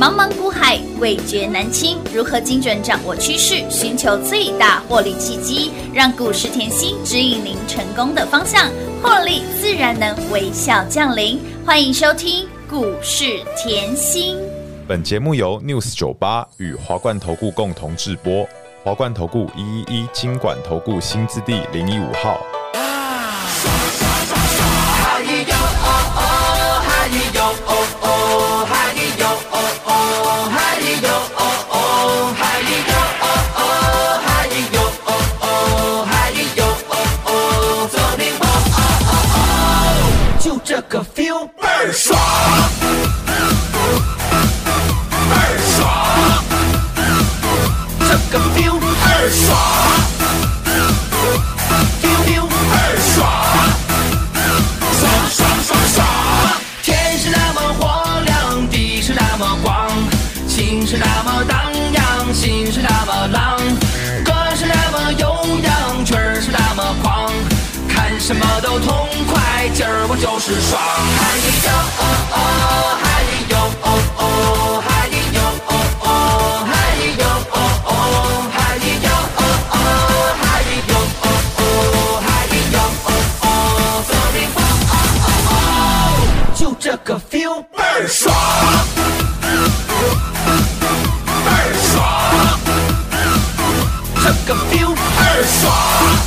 茫茫股海，味觉难清。如何精准掌握趋势，寻求最大获利契机，让股市甜心指引您成功的方向，获利自然能微笑降临。欢迎收听股市甜心。 本节目由 News98 与华冠投顾共同制播，华冠投顾111金管投顾新字第015号。 就这个 feel 倍儿爽，倍儿爽，这个 feel 倍儿爽 ，feel 倍儿爽，爽爽爽爽。天是那么火亮，地是那么广，情是那么荡漾，心是那么浪，歌是那么悠扬，曲儿是那么狂。看什么都痛快，今儿我就是爽。嗨哟哦哦，嗨哟哦哦，嗨哟哦哦，嗨哟哦哦，嗨哟哦哦，嗨哟哦哦，嗨哟哦哦，走你哦哦哦，就这个 feel 倍儿爽，倍儿爽，这个 feel 倍儿爽。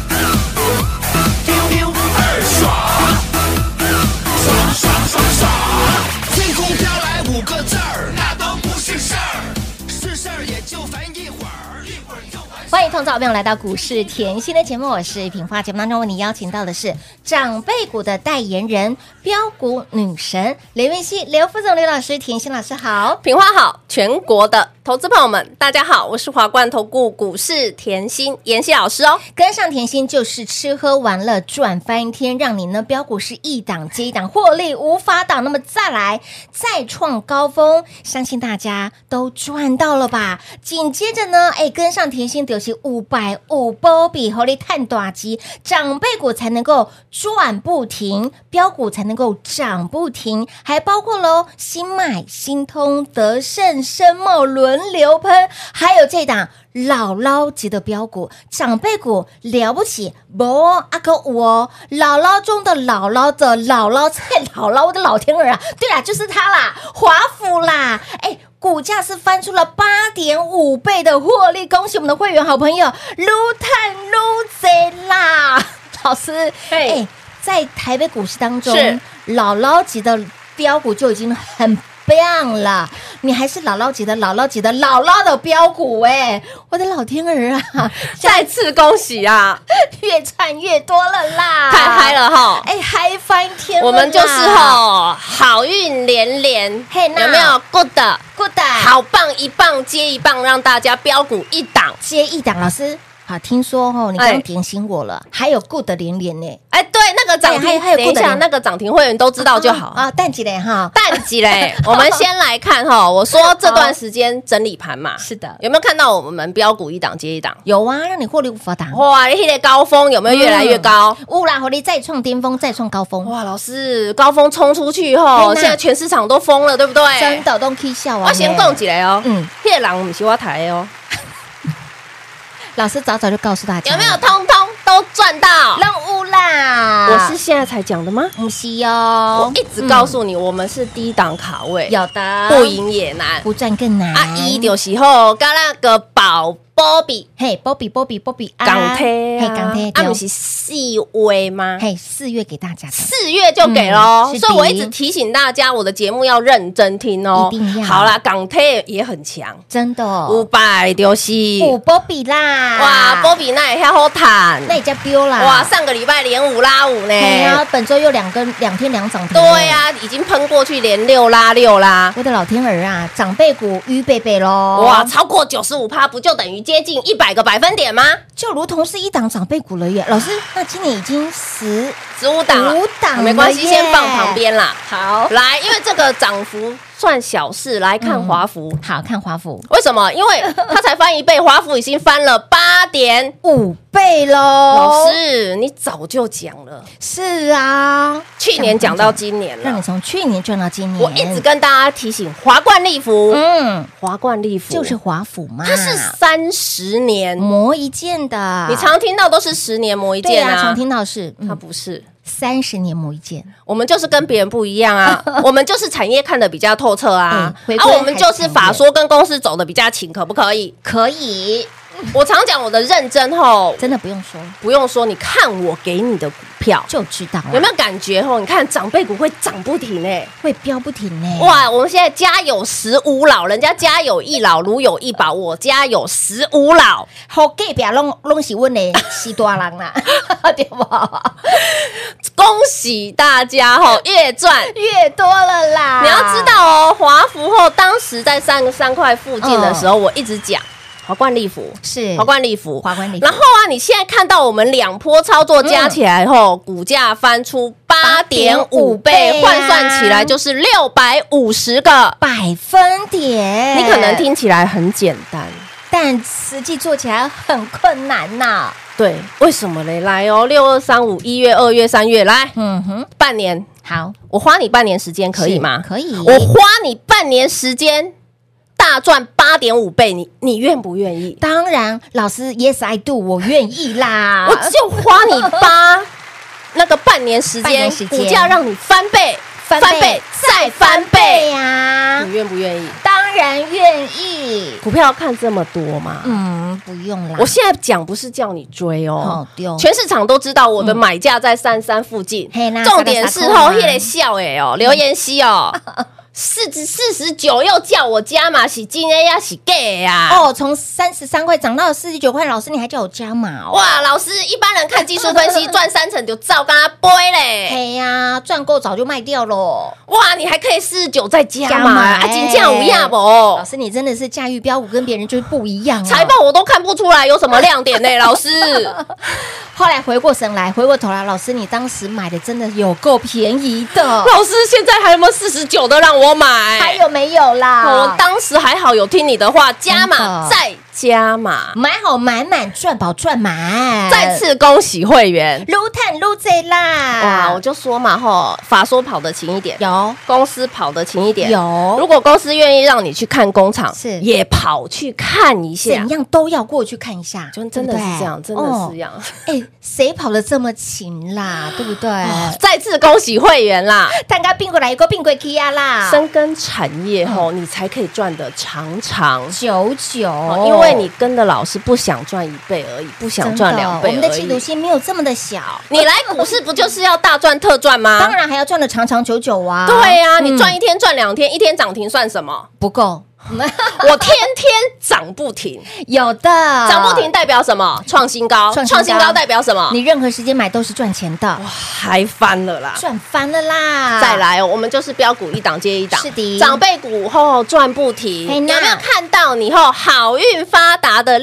天空飘来5个字儿，那都不是事儿，是事儿也就烦一会儿，一会儿就完事儿。 欢迎同早朋友来到股市甜心的节目，我是品花。节目当中为你邀请到的是长辈股的代言人标股女神刘云熙、刘副总、刘老师。甜心老师好， 品花好，全国的投资朋友们大家好，我是华冠投顾股市甜心妍希老师哦。 跟上甜心就是吃喝玩乐赚翻天，让你呢标股是一档接一档，获利无法挡。那么再来再创高峰，相信大家都赚到了吧？紧接着呢，跟上甜心就是550波比，获利探大吉，长辈股才能够赚不停，标股才能够涨不停，还包括喽新麦、新通、德胜、深茂轮流喷，还有这档姥姥级的标股，长辈股了不起，不阿哥我姥姥中的姥姥的姥姥再姥姥，我的老天儿啊！对啦，就是它啦，华府啦，股价是翻出了8.5倍的获利，恭喜我们的会员好朋友，撸探撸贼啦！老师，在台北股市当中，姥姥级的标股就已经很棒了，你还是姥姥级的姥姥的标股我的老天儿啊！ 再次恭喜啊， 越赚越多了啦， 太嗨了哈！ 嗨翻天了啦！ 我们就是好运连连，有没有 good 好棒，一棒接一棒，让大家标股一档接一档。老师好，听说你刚刚点醒我了，还有 good 连连呢。 对，那个涨停， 还有等一下，那个涨停会员都知道就好啊。淡季嘞哈， 淡季嘞。我们先来看我说这段时间整理盘嘛， 是的， 有没有看到我们标股一档接一档？ 有啊，让你获利无法挡。 哇，你那个高峰有没有越来越高？ 乌啦，获利再创巅峰，再创高峰。 哇，老师，高峰冲出去后，现在全市场都疯了，对不对？ 真的都可以笑啊！ 我先讲一个哦，那个人不是我抬的哦。 老师早就告诉大家， 有没有通通都赚到？ 任务啦！ 我是现在才讲的吗？ 不是哦， 我一直告诉你，我们是低档卡位， 有的不赢也难， 不赚更难。 伊就是后跟那个宝波比， 波比港铁， 港铁， 不是4月吗 ？4月给大家的 ，4月就给咯。所以我一直提醒大家，我的节目要认真听哦。 一定要。 好啦，港铁也很强， 真的 ，500就是波比啦。 哇，波比那也好弹， 那也叫飙啦。 哇，上个礼拜连5拉5呢， 本周又2天2涨停。 对呀，已经喷过去连6拉6啦。 我的老天儿啊，长辈股预备备咯。 哇，超过95%，不就等于接近100个百分点吗？ 就如同是一档长辈股了耶。老师，那今年已经 15档了，没关系，先放旁边啦。 好， 来，因为这个涨幅算小事，来看华孚。 好看华孚， 为什么？因为它才翻1倍，华孚已经翻了 8.5 倍喽。 老师，你早就讲了， 是啊， 去年讲到今年了， 让你从去年赚到今年。 我一直跟大家提醒，华冠利福，华冠利福就是华府嘛， 它是30年磨一剑的。 你常听到都是10年磨一剑啊， 常听到是， 它不是。 30年磨一剑， 我们就是跟别人不一样啊，我们就是产业看得比较透彻啊，我们就是法说跟公司走得比较勤，可不可以？ 可以。 我常讲我的认真吼， 真的不用说， 不用说，你看我给你的股票就知道了， 有没有感觉吼？你看长辈股会涨不停会飙不停哇！我们现在家有15老，人家家有1老，如有1宝，我家有15老， 好隔壁拢是阮的西大人啦，对不？ 恭喜大家吼，越赚越多了啦！ 你要知道哦，华孚后当时在3块附近的时候，我一直讲。华冠利福是华冠利福， 然后你现在看到我们2波操作加起来后，股价翻出8.5倍，换算起来就是650个百分点。 你可能听起来很简单， 但实际做起来很困难呐。 对，为什么嘞？来哦，6235 1月、2月、3月，来，半年， 好， 我花你半年时间可以吗？ 可以， 我花你半年时间。大赚8.5倍，你愿不愿意？ 当然，老师 ，Yes I do， 我愿意啦。 我就花你那个半年时间，股价让你翻倍、翻倍再翻倍呀！ 你愿不愿意？ 当然愿意。 股票要看这么多吗？ 不用啦。 我现在讲不是叫你追哦， 全市场都知道我的买价在33附近。重点是迄个笑留言西49又叫我加码，是真的呀，是假呀？ 哦，从33块涨到了49块，老师你还叫我加码哦？ 哇，老师，一般人看技术分析赚3成就照跟他背嘞。 嘿呀，赚够早就卖掉咯。 哇，你还可以49再加码，金价无压不？ 老师，你真的是驾驭标股跟别人就是不一样啊！ 财报我都看不出来有什么亮点呢，老师。 后来回过神来，回过头来，老师你当时买的真的有够便宜的。 老师，现在还有没有49的让我买？ 还有没有啦？ 我当时还好有听你的话，加码再加码， 买好买满赚饱赚满。 再次恭喜会员， 撸探撸贼啦！ 哇，我就说嘛吼，法说跑得勤一点， 有公司跑得勤一点， 有。 如果公司愿意让你去看工厂， 是也跑去看一下， 怎样都要过去看一下， 真的是这样，真的是这样。 谁跑得这么勤啦？对不对？ 再次恭喜会员啦！ 大家并过来一个并过去呀啦！ 深耕产业后，你才可以赚得长长久久。 因为你跟的老师不想赚1倍而已，不想赚2倍而已。 我们的企图心没有这么的小。 你来股市不就是要大赚特赚吗？ 当然还要赚得长长久久啊！ 对呀，你赚1天赚2天，1天涨停算什么？ 不够。 我天天涨不停， 有的涨不停代表什么？创新高，创新高代表什么？ 你任何时间买都是赚钱的。 哇，还翻了啦， 赚翻了啦！ 再来哦，我们就是标股一档接一档， 是的， 长辈股后赚不停。有没有看到你后好运发达的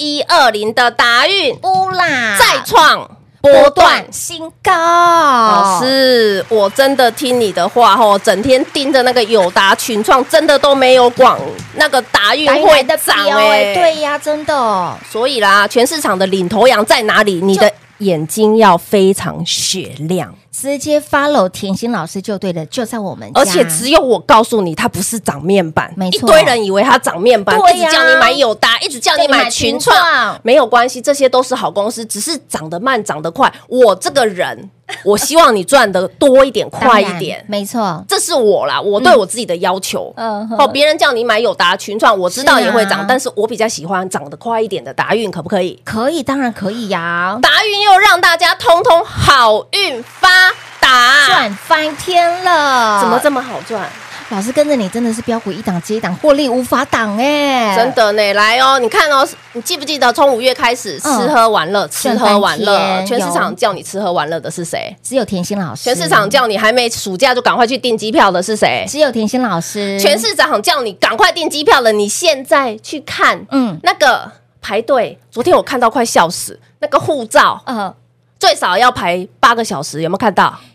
6120的达运乌啦， 再创波段新高。 老师，我真的听你的话吼，整天盯着那个友达群创，真的都没有广那个达运会涨对呀，真的。 所以啦，全市场的领头羊在哪里？你的眼睛要非常雪亮。 直接 follow 甜心老师就对了，就在我们家， 而且只有我告诉你，它不是长面板， 没错， 一堆人以为它长面板，一直叫你买友达，一直叫你买群创，没有关系，这些都是好公司，只是涨得慢，涨得快。我这个人，我希望你赚得多一点，快一点， 没错， 这是我啦，我对我自己的要求。别人叫你买友达、群创，我知道也会涨，但是我比较喜欢涨得快一点的达运，可不可以？ 可以，当然可以呀。 达运又让大家通通好运发达， 赚翻天了， 怎么这么好赚？ 老师跟着你真的是标股一档接一档，获利无法挡哎， 真的呢。来哦，你看哦，你记不记得从5月开始吃喝玩乐，吃喝玩乐，全市场叫你吃喝玩乐的是谁？ 只有甜心老师。 全市场叫你还没暑假就赶快去订机票的是谁？ 只有甜心老师。 全市场叫你赶快订机票了，你现在去看，那个排队，昨天我看到快笑死，那个护照，最少要排8个小时，有没有看到？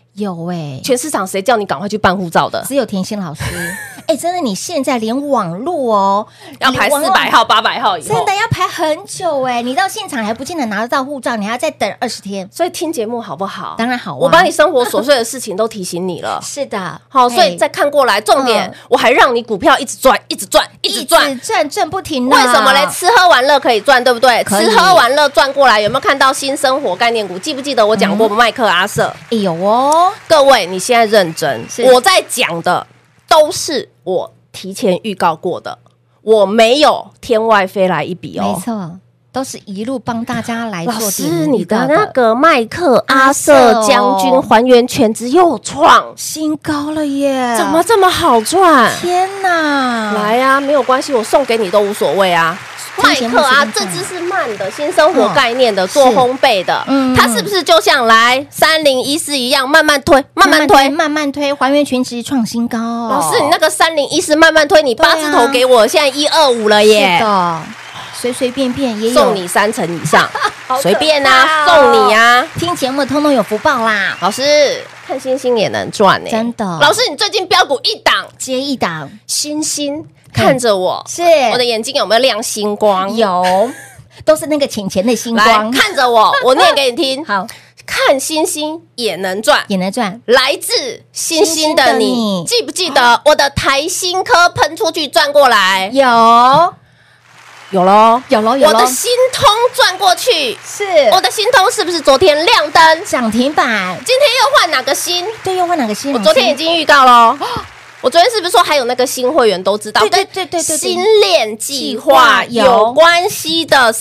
有全市场谁叫你赶快去办护照的？ 只有甜心老师。真的，你现在连网路要排400号、800号以后， 真的要排很久你到现场还不见得拿得到护照，你还要再等20天。 所以听节目好不好？ 当然好我把你生活琐碎的事情都提醒你了。 是的， 好，所以再看过来，重点我还让你股票一直赚，一直赚，一直赚， 赚不停呢。 为什么嘞？吃喝玩乐可以赚，对不对？吃喝玩乐赚过来，有没有看到新生活概念股？记不记得我讲过麦克阿瑟？ 有哦， 各位，你现在认真，我在讲的都是我提前预告过的，我没有天外飞来一笔没错，都是一路帮大家来做。老师，你的那个麦克阿瑟将军还原全值又创新高了耶！ 怎么这么好赚？ 天哪！ 来啊，没有关系，我送给你都无所谓啊。麦克啊，这只是慢的新生活概念的做烘焙的，它是不是就像来3014一样慢慢推，慢慢推， 慢慢推，还原全值创新高？ 老师，你那个3014慢慢推，你8字头给我，现在125了耶！ 是的，随随便便也有送你3成以上，随便啊，送你啊！ 听节目通通有福报啦！ 老师看星星也能赚呢， 真的。 老师，你最近标股一档接一档， 星星。看着我， 是我的眼睛有没有亮星光？ 有，都是那个浅浅的星光。 看着我，我念给你听。 好， 看星星也能赚， 也能赚。 来自星星的你，记不记得我的台新科喷出去转过来？ 有咯， 我的新通转过去， 是我的新通是不是昨天亮灯涨停板？ 今天又换哪个新？ 对，又换哪个新？ 我昨天已经预告咯。我昨天是不是说还有那个新会员都知道， 对， 新链计划有关系的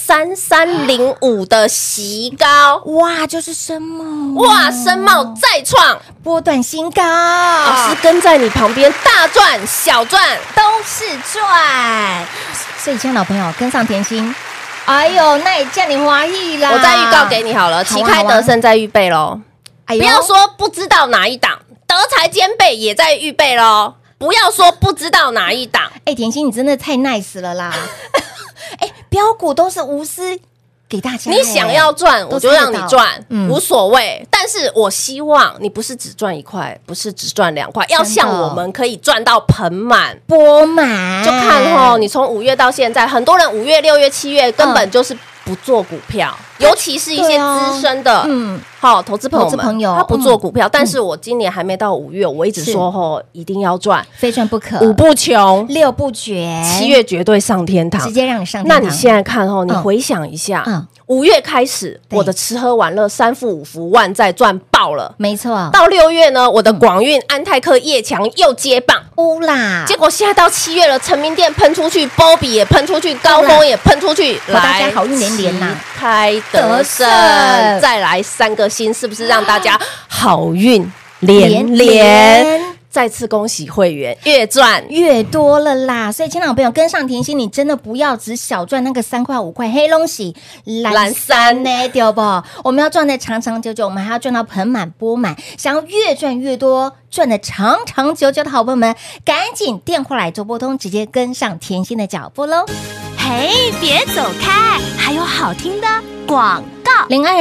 3305的席高， 哇，就是深茂， 哇，深茂再创波段新高， 老师跟在你旁边，大赚小赚都是赚，所以亲爱的老朋友跟上甜心，哎呦，那也叫你华裔啦！ 我再预告给你好了，旗开得胜在预备咯，不要说不知道哪一档。德才兼备也在预备咯，不要说不知道哪一档。 甜心你真的太 nice 了啦！标股都是无私给大家， 你想要赚我就让你赚，无所谓。但是我希望你不是只赚1块，不是只赚2块，要像我们可以赚到盆满钵满。 就看你从5月到现在，很多人5月、6月、7月根本就是不做股票，尤其是一些资深的投资朋友，他不做股票。但是我今年还没到5月，我一直说一定要赚， 非赚不可 ，5不穷 ，6不绝 ，7月绝对上天堂， 直接让你上天堂。 那你现在看你回想一下，5月开始我的吃喝玩乐3富5福万载赚爆了， 没错。 到6月呢，我的广运、安泰克、业强又接棒， 乌啦！ 结果现在到7月了，成名店喷出去，Bobby 也喷出去，高峰也喷出去， 大家好运连连呐， 开得胜，再来3个星，是不是让大家好运连连？再次恭喜会员，越赚越多了啦！所以，亲爱的朋友，跟上甜心，你真的不要只小赚那个3块5块黑东西，蓝三呢，对不？我们要赚的长长久久，我们还要赚到盆满钵满。想要越赚越多，赚的长长久久的好朋友们，赶紧电话来做拨通，直接跟上甜心的脚步喽！ 嘿，别走开，还有好听的广告。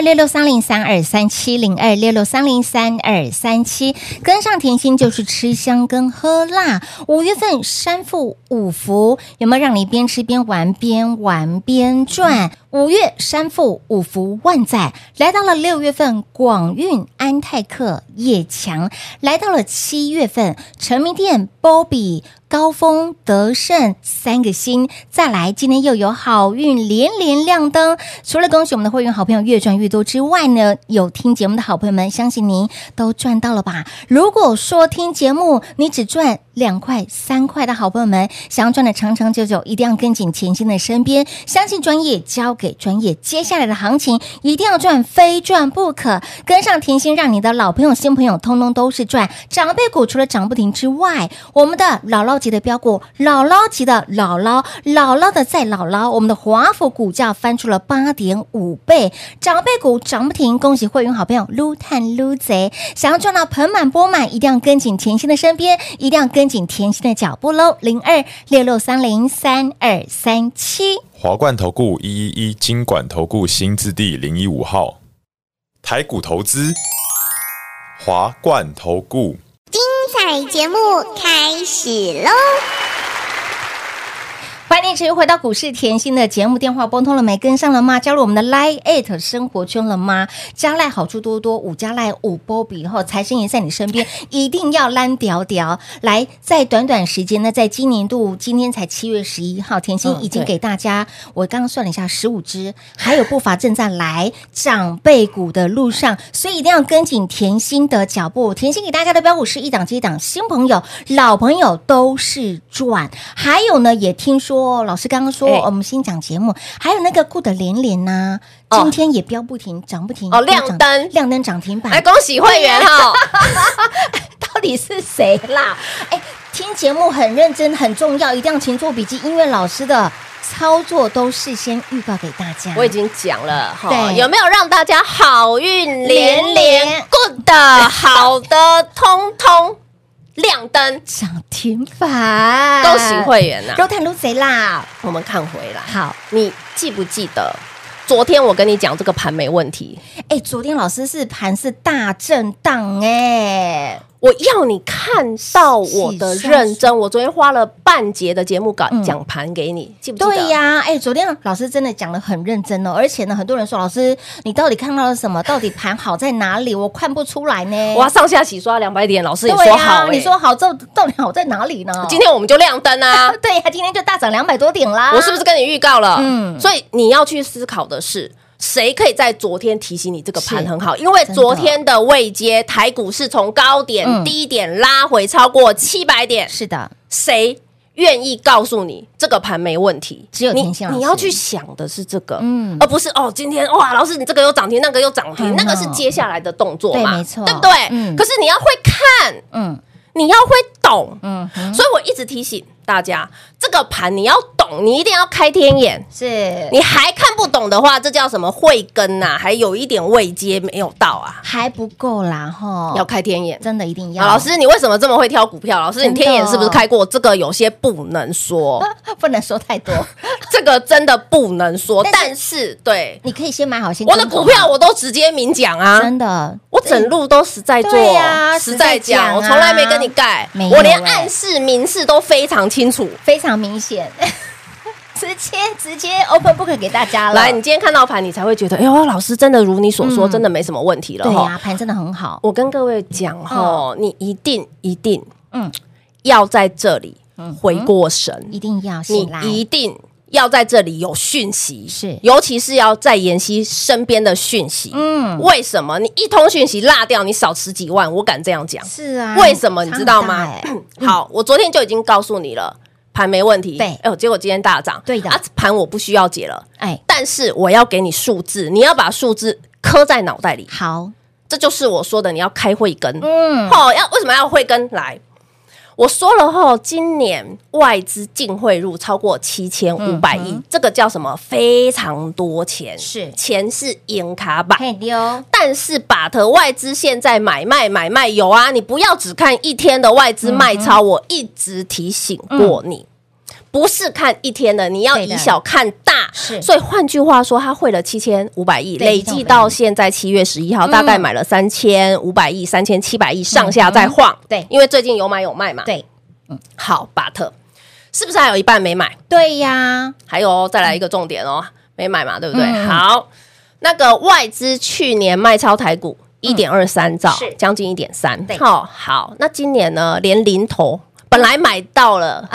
0266303237，0266303237，跟上甜心就是吃香跟喝辣。5月份3富5福，有没有让你边吃边玩，边玩边赚？5月3富5福万载，来到了6月份广运、安泰克、业强，来到了7月份成名店、Bobby、高峰、德胜3个星，再来今天又有好运连连亮灯。除了恭喜我们的会员好朋友越赚越多之外呢，有听节目的好朋友们，相信您都赚到了吧？如果说听节目你只赚2块3块的好朋友们，想要赚的长长久久，一定要跟紧甜心的身边，相信专业，交给专业，接下来的行情一定要赚，非赚不可。跟上甜心，让你的老朋友新朋友通通都是赚。长辈股除了涨不停之外，我们的姥姥级的标股，姥姥级的姥姥的再姥姥，我们的华孚股价翻出了8.5倍，长辈股涨不停。恭喜会员好朋友撸探撸贼，想要赚到盆满钵满，一定要跟紧甜心的身边，一定要跟紧甜心的脚步喽。0266303237， 华冠投顾111金管投顾新字第015号，台股投资， 华冠投顾。 彩节目开始喽！ 欢迎持续回到股市甜心的节目，电话拨通了没？跟上了吗？加入我们的 Line@ 生活圈了吗？加赖好处多多，5加赖5波比后，财神爷在你身边，一定要蓝屌屌！来，在短短时间呢，在今年度今天才7月11号，甜心已经给大家，我刚刚算了一下，15只，还有步伐正在来长辈股的路上，所以一定要跟紧甜心的脚步。甜心给大家的标股是一档接一档，新朋友、老朋友都是赚。还有呢，也听说。老师刚刚说，我们先讲节目，还有那个顾的连连呐，今天也飙不停，涨不停， 亮灯涨停板， 来恭喜会员哈！ 到底是谁啦？听节目很认真，很重要，一定要勤做笔记，因为老师的操作都事先预告给大家。 我已经讲了， 对， 有没有让大家好运连连 ？Good 的，好的，通通。亮灯涨停板， 恭喜会员呐！ 肉探撸谁啦？ 我们看回来， 好， 你记不记得昨天我跟你讲这个盘没问题？ 昨天老师是盘是大震荡我要你看到我的认真。我昨天花了半节的节目稿讲盘给你，记不记得？ 对呀，昨天老师真的讲得很认真哦，而且呢，很多人说老师你到底看到了什么？到底盘好在哪里？我看不出来呢。 哇，上下洗刷200点，老师也说好， 你说好，这到底好在哪里呢？ 今天我们就亮灯啊！ 对呀，今天就大涨200多点啦。 我是不是跟你预告了？所以你要去思考的是。谁可以在昨天提醒你这个盘很好？因为昨天的位阶，台股是从高点、低点拉回超过700点。 是的， 谁愿意告诉你这个盘没问题？ 只有甜心老师。 你要去想的是这个，而不是今天哇，老师你这个又涨停，那个又涨停，那个是接下来的动作嘛？ 对，没错， 对不对？可是你要会看，你要会懂，所以我一直提醒大家，这个盘你要懂，你一定要开天眼。 是你还看不懂的话，这叫什么慧根呐？还有一点位阶没有到啊， 还不够啦哈！ 要开天眼， 真的一定要。 老师，你为什么这么会挑股票？老师，你天眼是不是开过？这个有些不能说， 不能说太多， 这个真的不能说。但是对， 你可以先买好，先我的股票我都直接明讲啊， 真的， 我整路都实在做，实在讲，我从来没跟你盖，我连暗示明示都非常清楚， 非常明显。直接 open book 给大家了。 来，你今天看到盘，你才会觉得，哎呦，老师真的如你所说，真的没什么问题了。 对呀，盘真的很好。 我跟各位讲你一定要在这里回过神， 一定要， 你一定要在这里有讯息， 是， 尤其是要在妍希身边的讯息。为什么你一通讯息落掉，你少10几万？我敢这样讲。 是啊， 为什么你知道吗？好，我昨天就已经告诉你了。盘没问题， 对， 结果今天大涨， 对的盘我不需要解了，但是我要给你数字，你要把数字刻在脑袋里。 好， 这就是我说的，你要开慧根。为什么要慧根？来，我说了今年外资净汇入超过7500亿，这个叫什么？非常多钱，钱是银卡吧？但是外资现在买卖有啊，你不要只看一天的外资卖超，我一直提醒过你。不是看一天的，你要以小看大。所以换句话说，他汇了7500亿，累计到现在7月11号，大概买了3500亿、3700亿上下在晃。 对， 因为最近有买有卖嘛。 对， 好，but 是不是还有一半没买？ 对呀， 还有再来一个重点没买嘛，对不对？好，那个外资去年卖超台股1.23兆，将近1.3。好，那今年呢，连零头。本来买到了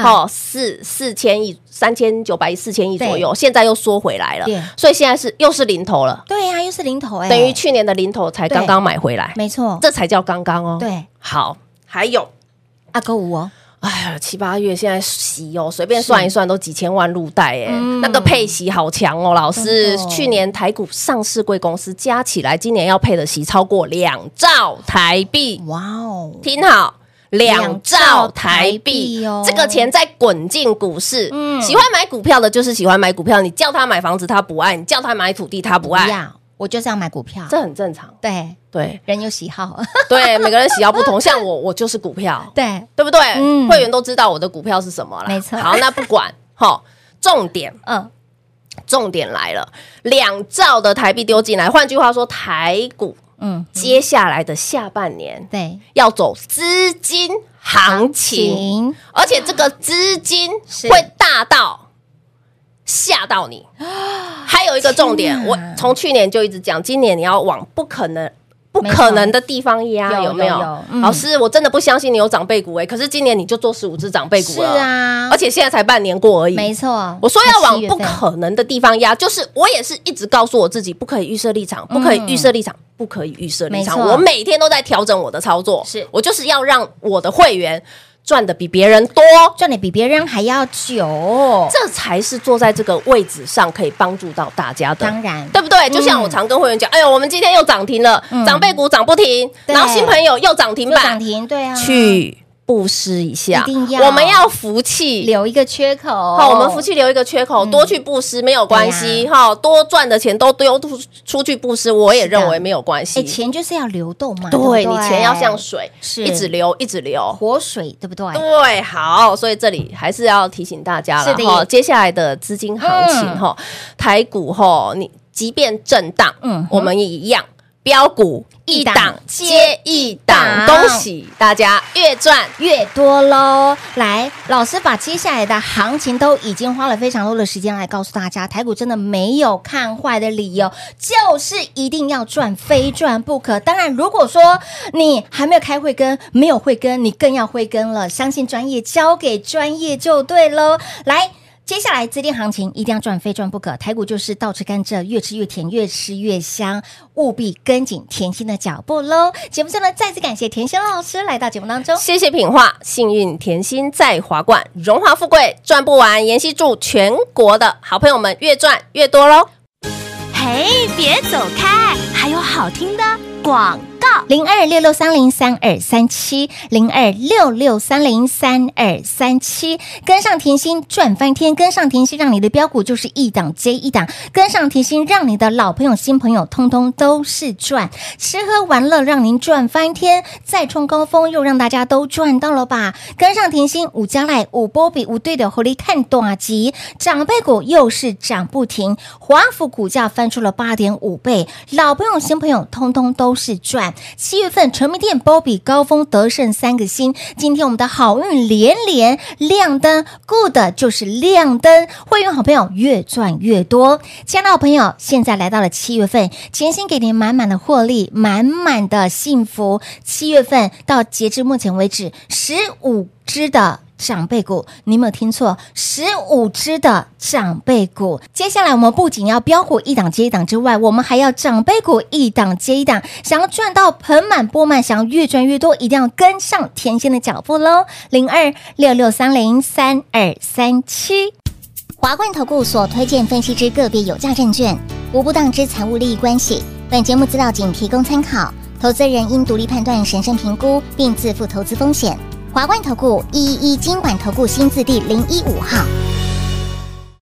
4000亿、3900亿、4000亿左右，现在又缩回来了，所以现在又是零头了。 对呀，又是零头等于去年的零头才刚刚买回来， 没错， 这才叫刚刚哦。 对， 好，还有阿哥五哦， 哎呀，7、8月现在息随便算一算都几千万入袋那个配息好强哦，老师，去年台股上市贵公司加起来，今年要配的息超过2兆台币，哇哦，听好。2兆台币这个钱在滚进股市。喜欢买股票的就是喜欢买股票，你叫他买房子他不爱，你叫他买土地他不爱。 我就是要买股票， 这很正常。 对，人有喜好， 对，每个人喜好不同。像我就是股票，对不对？会员都知道我的股票是什么了， 没错。 好，那不管重点，重点来了，2兆的台币丢进来，换句话说，台股接下来的下半年对， 要走资金行情，而且这个资金会大到吓到你。还有一个重点，我从去年就一直讲，今年你要往不可能的地方压，有没有？老师，我真的不相信你有长辈股可是今年你就做15只长辈股了， 是啊， 而且现在才半年过而已， 没错。 我说要往不可能的地方压，就是我也是一直告诉我自己，不可以预设立场，不可以预设立场，不可以预设立场。我每天都在调整我的操作，我就是要让我的会员赚的比别人多， 赚的比别人还要久， 这才是坐在这个位置上可以帮助到大家的， 当然， 对不对？就像我常跟会员讲，哎呦，我们今天又涨停了，长辈股涨不停，然后新朋友又涨停板， 涨停，对啊， 去布施一下， 一定要， 我们要福气留一个缺口。 好，我们福气留一个缺口，多去布施没有关系，多赚的钱都丢出去布施，我也认为没有关系。 钱就是要流动嘛， 对，你钱要像水， 是一直流，一直流， 活水，对不对？ 对，好，所以这里还是要提醒大家了哈，接下来的资金行情哈，台股哈，你即便震荡，我们也一样。标股一档接一档，恭喜大家越赚越多喽！来，老师把接下来的行情都已经花了非常多的时间来告诉大家，台股真的没有看坏的理由，就是一定要赚，非赚不可。当然，如果说你还没有开慧根，没有慧根，你更要慧根了，相信专业，交给专业就对喽。来。接下来资金行情一定要赚，非赚不可。台股就是倒吃甘蔗，越吃越甜，越吃越香，务必跟紧甜心的脚步喽。节目最后呢，再次感谢甜心老师来到节目当中， 谢谢品画，幸运甜心在华冠，荣华富贵赚不完。妍希祝全国的好朋友们越赚越多喽！ 嘿，别走开，还有好听的广告。 0266303237，0266303237，跟上甜心赚翻天，跟上甜心让你的标股就是一档接一档，跟上甜心让你的老朋友新朋友通通都是赚，吃喝玩乐让您赚翻天，再创高峰又让大家都赚到了吧？跟上甜心五加赖五波比五对的火力看短期，长辈股又是涨不停，华孚股价翻出了8.5倍，老朋友新朋友通通都是赚。7月份成名店波比高峰德胜3个星，今天我们的好运连连亮灯 ，good 就是亮灯，会员好朋友越赚越多。亲爱的好朋友，现在来到了7月份，甜心给您满满的获利，满满的幸福。7月份到截至目前为止，15只的长辈股，你没有听错，15只的长辈股。接下来我们不仅要标股一档接一档之外，我们还要长辈股一档接一档。想要赚到盆满钵满，想要越赚越多，一定要跟上甜心的脚步喽。0266303237， 华冠投顾所推荐分析之个别有价证券，无不当之财务利益关系。本节目资料仅提供参考，投资人应独立判断、审慎评估，并自负投资风险。华冠投顾111金管投顾新字第015号。